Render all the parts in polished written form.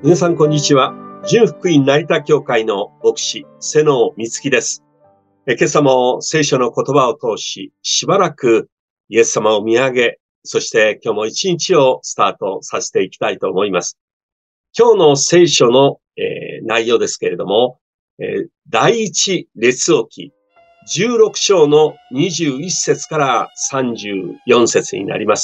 皆さん、こんにちは。純福音成田教会の牧師、瀬野光希です。今朝も聖書の言葉を通し、しばらくイエス様を見上げ、そして今日も一日をスタートさせていきたいと思います。今日の聖書の、内容ですけれども、第一列王記16章の21節から34節になります。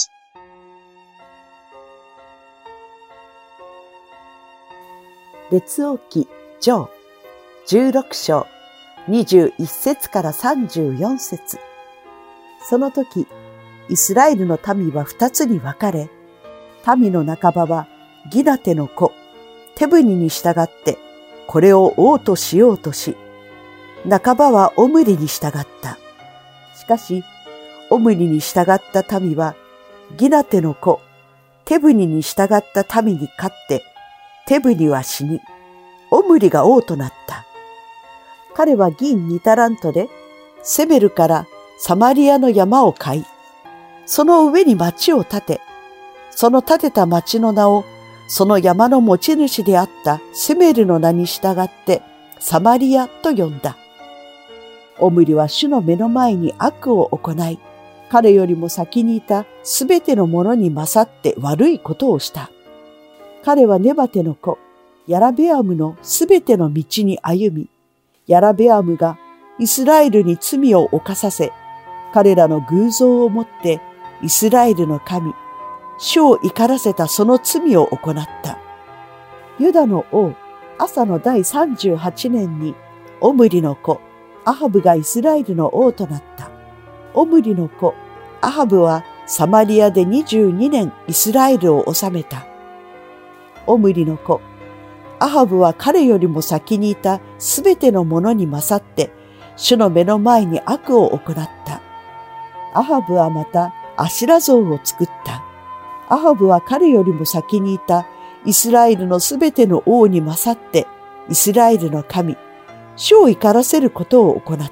列王記上16章21節から34節。その時、イスラエルの民は二つに分かれ、民の半ばはギナテの子、テブニに従って、これを王としようとし、半ばはオムリに従った。しかし、オムリに従った民は、ギナテの子、テブニに従った民に勝って、テブニは死に、オムリが王となった。彼は銀2タラントで、セベルからサマリアの山を買い、その上に町を建て、その建てた町の名を、その山の持ち主であったセメルの名に従ってサマリアと呼んだ。オムリは主の目の前に悪を行い、彼よりも先にいたすべてのものに勝って悪いことをした。彼はネバテの子、ヤラベアムのすべての道に歩み、ヤラベアムがイスラエルに罪を犯させ、彼らの偶像をもってイスラエルの神、主を怒らせたその罪を行った。ユダの王、アサの第38年に、オムリの子、アハブがイスラエルの王となった。オムリの子、アハブはサマリアで22年イスラエルを治めた。オムリの子、アハブは彼よりも先にいたすべてのものに勝って、主の目の前に悪を行った。アハブはまたアシラ像を作った。アハブは彼よりも先にいたイスラエルのすべての王に勝って、イスラエルの神、主を怒らせることを行った。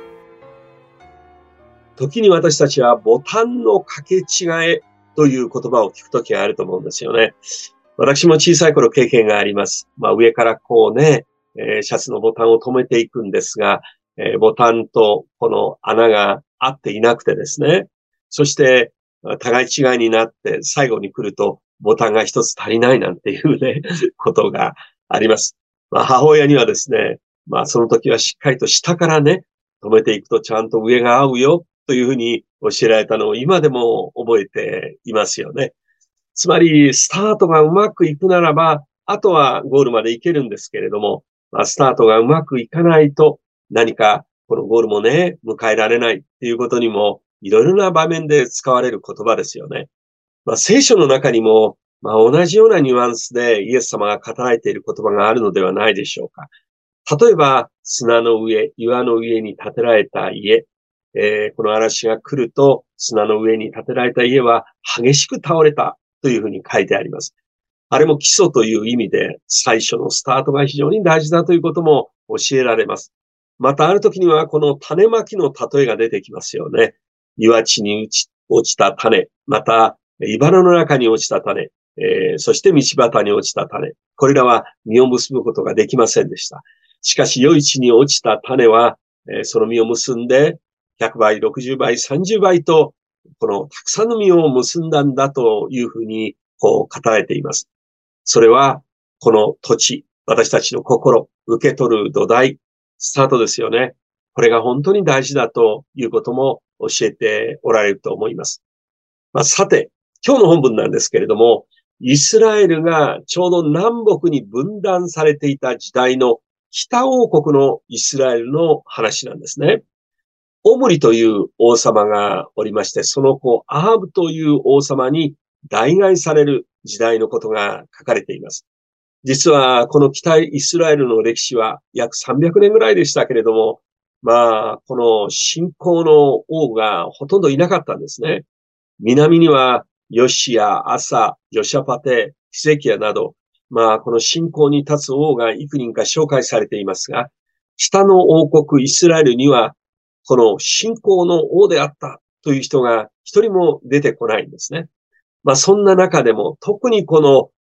時に私たちはボタンの掛け違えという言葉を聞くときがあると思うんですよね。私も小さい頃経験があります。上からこうね、シャツのボタンを止めていくんですが、ボタンとこの穴が合っていなくてですね。そして、互い違いになって最後に来るとボタンが一つ足りないなんていうね、ことがあります。母親にはですね、その時はしっかりと下からね、止めていくとちゃんと上が合うよというふうに教えられたのを今でも覚えていますよね。つまり、スタートがうまくいくならば、あとはゴールまで行けるんですけれども、スタートがうまくいかないと、何かこのゴールもね、迎えられないっていうことにも、いろいろな場面で使われる言葉ですよね。聖書の中にも、同じようなニュアンスでイエス様が語られている言葉があるのではないでしょうか。例えば、砂の上、岩の上に建てられた家、この嵐が来ると、砂の上に建てられた家は激しく倒れたというふうに書いてあります。あれも基礎という意味で、最初のスタートが非常に大事だということも教えられます。またある時にはこの種まきの例えが出てきますよね。岩地に落ちた種、また茨の中に落ちた種、そして道端に落ちた種。これらは実を結ぶことができませんでした。しかし良い地に落ちた種は、その実を結んで100倍、60倍、30倍とこのたくさんの実を結んだんだというふうに語られています。それはこの土地、私たちの心、受け取る土台、スタートですよね。これが本当に大事だということも教えておられると思います。さて、今日の本文なんですけれども、イスラエルがちょうど南北に分断されていた時代の北王国のイスラエルの話なんですね。オムリという王様がおりまして、その子アハブという王様に代替される時代のことが書かれています。実はこの北イスラエルの歴史は約300年ぐらいでしたけれども、この信仰の王がほとんどいなかったんですね。南にはヨシア、アサ、ヨシャパテ、ヒゼキヤなど、この信仰に立つ王が幾人か紹介されていますが、北の王国イスラエルにはこの信仰の王であったという人が一人も出てこないんですね。そんな中でも特にこの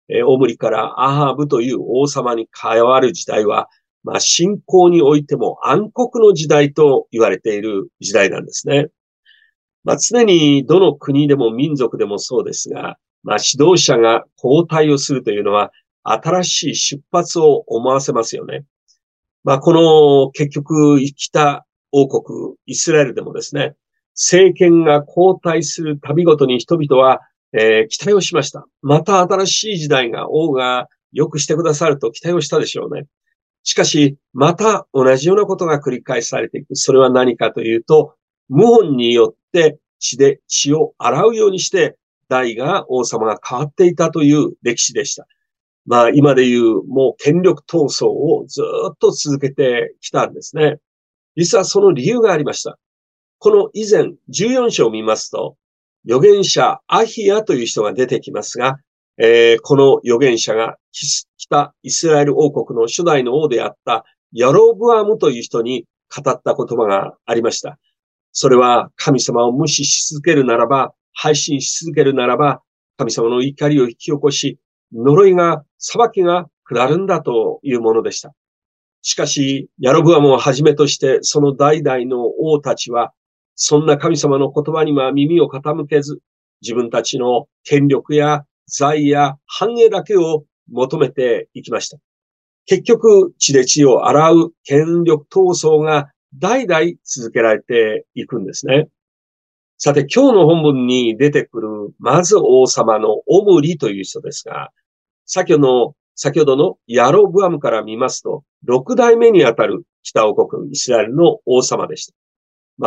オムリからアハブという王様に変わる時代は、信仰においても暗黒の時代と言われている時代なんですね。常にどの国でも民族でもそうですが、指導者が交代をするというのは、新しい出発を思わせますよね。この結局北王国イスラエルでもですね、政権が交代するたびごとに人々は、期待をしました。また新しい時代が王が良くしてくださると期待をしたでしょうね。しかし、また同じようなことが繰り返されていく。それは何かというと、謀反によって血で血を洗うようにして、王様が変わっていたという歴史でした。今でいうもう権力闘争をずっと続けてきたんですね。実はその理由がありました。この以前14章を見ますと、預言者アヒヤという人が出てきますが、この預言者が北イスラエル王国の初代の王であったヤロブアムという人に語った言葉がありました。それは神様を無視し続けるならば、配信し続けるならば、神様の怒りを引き起こし、呪いが、裁きが下るんだというものでした。しかし、ヤロブアムをはじめとして、その代々の王たちは、そんな神様の言葉には耳を傾けず、自分たちの権力や財や繁栄だけを求めていきました。結局、血で血を洗う権力闘争が代々続けられていくんですね。さて、今日の本文に出てくる、まず王様のオムリという人ですが、先ほどのヤロブアムから見ますと、6代目にあたる北王国イスラエルの王様でした。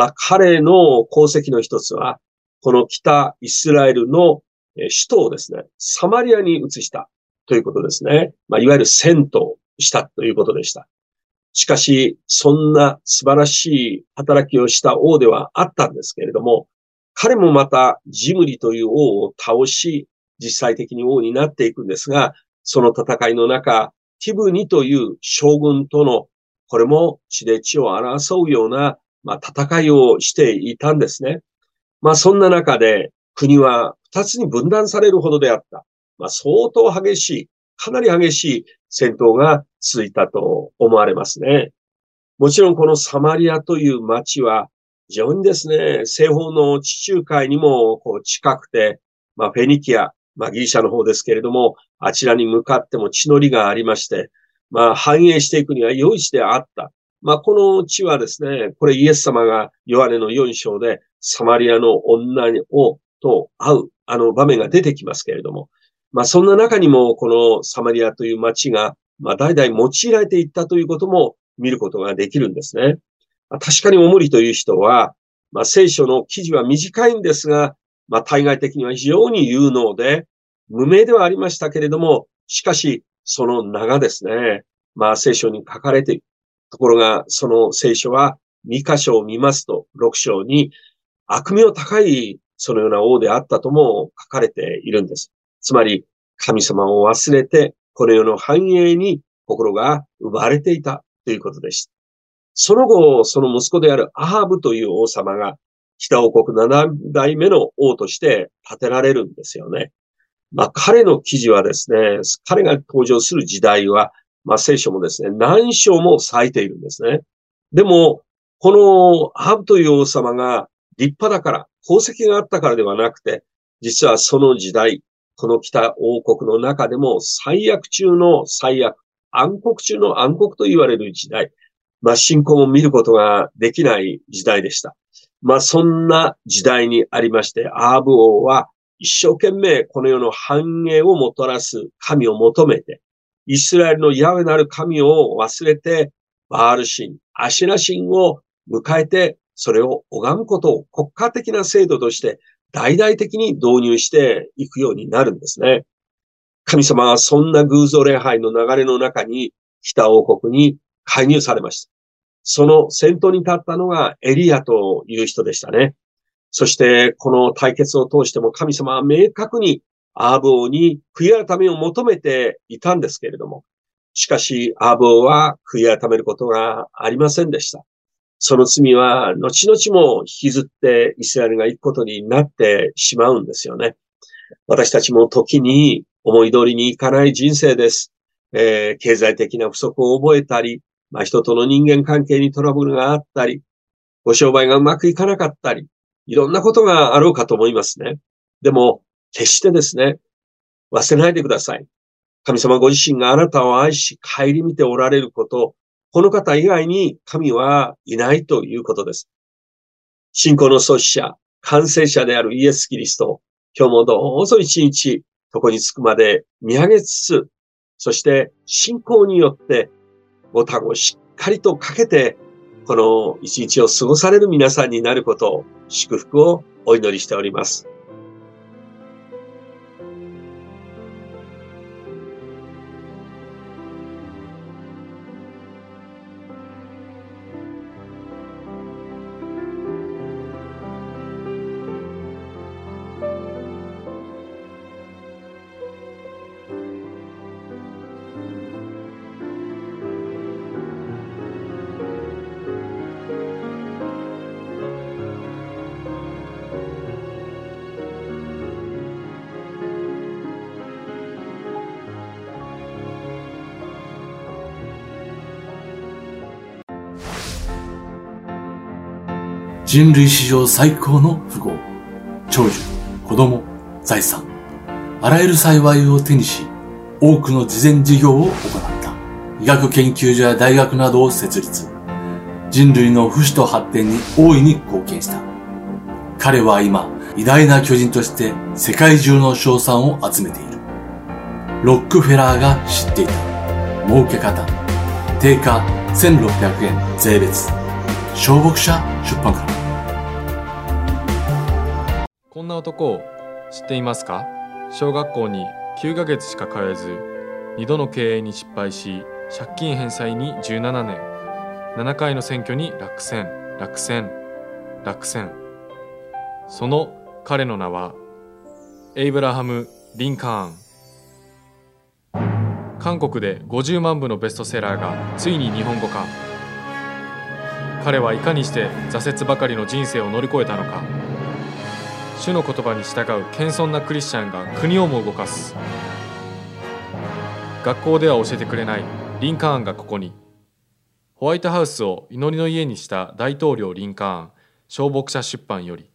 彼の功績の一つは、この北イスラエルの首都をですね、サマリアに移したということですね。いわゆる遷都したということでした。しかし、そんな素晴らしい働きをした王ではあったんですけれども、彼もまたジムリという王を倒し、実際的に王になっていくんですが、その戦いの中、ティブニという将軍との、これも血で血を争うような、戦いをしていたんですね。そんな中で国は二つに分断されるほどであった。相当激しい、かなり激しい戦闘が続いたと思われますね。もちろんこのサマリアという町は非常にですね、西方の地中海にも近くて、フェニキア、ギリシャの方ですけれども、あちらに向かっても地の利がありまして、繁栄していくには良い地であった。この地はですね、これイエス様がヨハネの4章でサマリアの女と会う場面が出てきますけれども、そんな中にもこのサマリアという町が、代々用いられていったということも見ることができるんですね。確かにオムリという人は、聖書の記事は短いんですが、対外的には非常に有能で、無名ではありましたけれども、しかし、その名がですね、聖書に書かれている。ところが、その聖書は、2箇所を見ますと、6章に、悪名高い、そのような王であったとも書かれているんです。つまり、神様を忘れて、この世の繁栄に心が奪われていたということでした。その後、その息子であるアハブという王様が、北王国7代目の王として建てられるんですよね。彼の記事はですね、彼が登場する時代は、聖書もですね、何章も割いているんですね。でも、このアハブという王様が立派だから、功績があったからではなくて、実はその時代、この北王国の中でも最悪中の最悪、暗黒中の暗黒と言われる時代、信仰も見ることができない時代でした。そんな時代にありまして、アハブ王は一生懸命この世の繁栄をもたらす神を求めて、イスラエルのヤウェなる神を忘れて、バール神、アシュラ神を迎えて、それを拝むことを国家的な制度として大々的に導入していくようになるんですね。神様はそんな偶像礼拝の流れの中に北王国に介入されました。その先頭に立ったのがエリアという人でしたね。そしてこの対決を通しても神様は明確にアハブ王に悔い改めを求めていたんですけれども、しかしアハブ王は悔い改めることがありませんでした。その罪は後々も引きずってイスラエルが行くことになってしまうんですよね。私たちも時に思い通りにいかない人生です。経済的な不足を覚えたり、人との人間関係にトラブルがあったり、ご商売がうまくいかなかったり、いろんなことがあろうかと思いますね。でも、決してですね、忘れないでください。神様ご自身があなたを愛し、顧みておられること、この方以外に神はいないということです。信仰の創始者、完成者であるイエス・キリストを、今日もどうぞ一日、床につくまで見上げつつ、そして信仰によってボタンをしっかりとかけて、この一日を過ごされる皆さんになることを、祝福をお祈りしております。 人類史上最高の富豪、長寿、子供、財産、あらゆる幸いを手にし、多くの慈善事業を行った。医学研究所や大学などを設立。人類の不死と発展に大いに貢献した。彼は今、偉大な巨人として世界中の称賛を集めている。ロックフェラーが知っていた。儲け方。定価1600円税別。小牧者出版から。 こんな男を知っていますか？小学校に9ヶ月しか通えず、2度の経営に失敗し、借金返済に17年、7回の選挙に落選。その彼の名は、エイブラハム・リンカーン。韓国で50万部のベストセラーがついに日本語化。彼はいかにして挫折ばかりの人生を乗り越えたのか。主の言葉に従う謙遜なクリスチャンが国をも動かす。学校では教えてくれないリンカーンがここに。ホワイトハウスを祈りの家にした大統領リンカーン、小牧者出版より。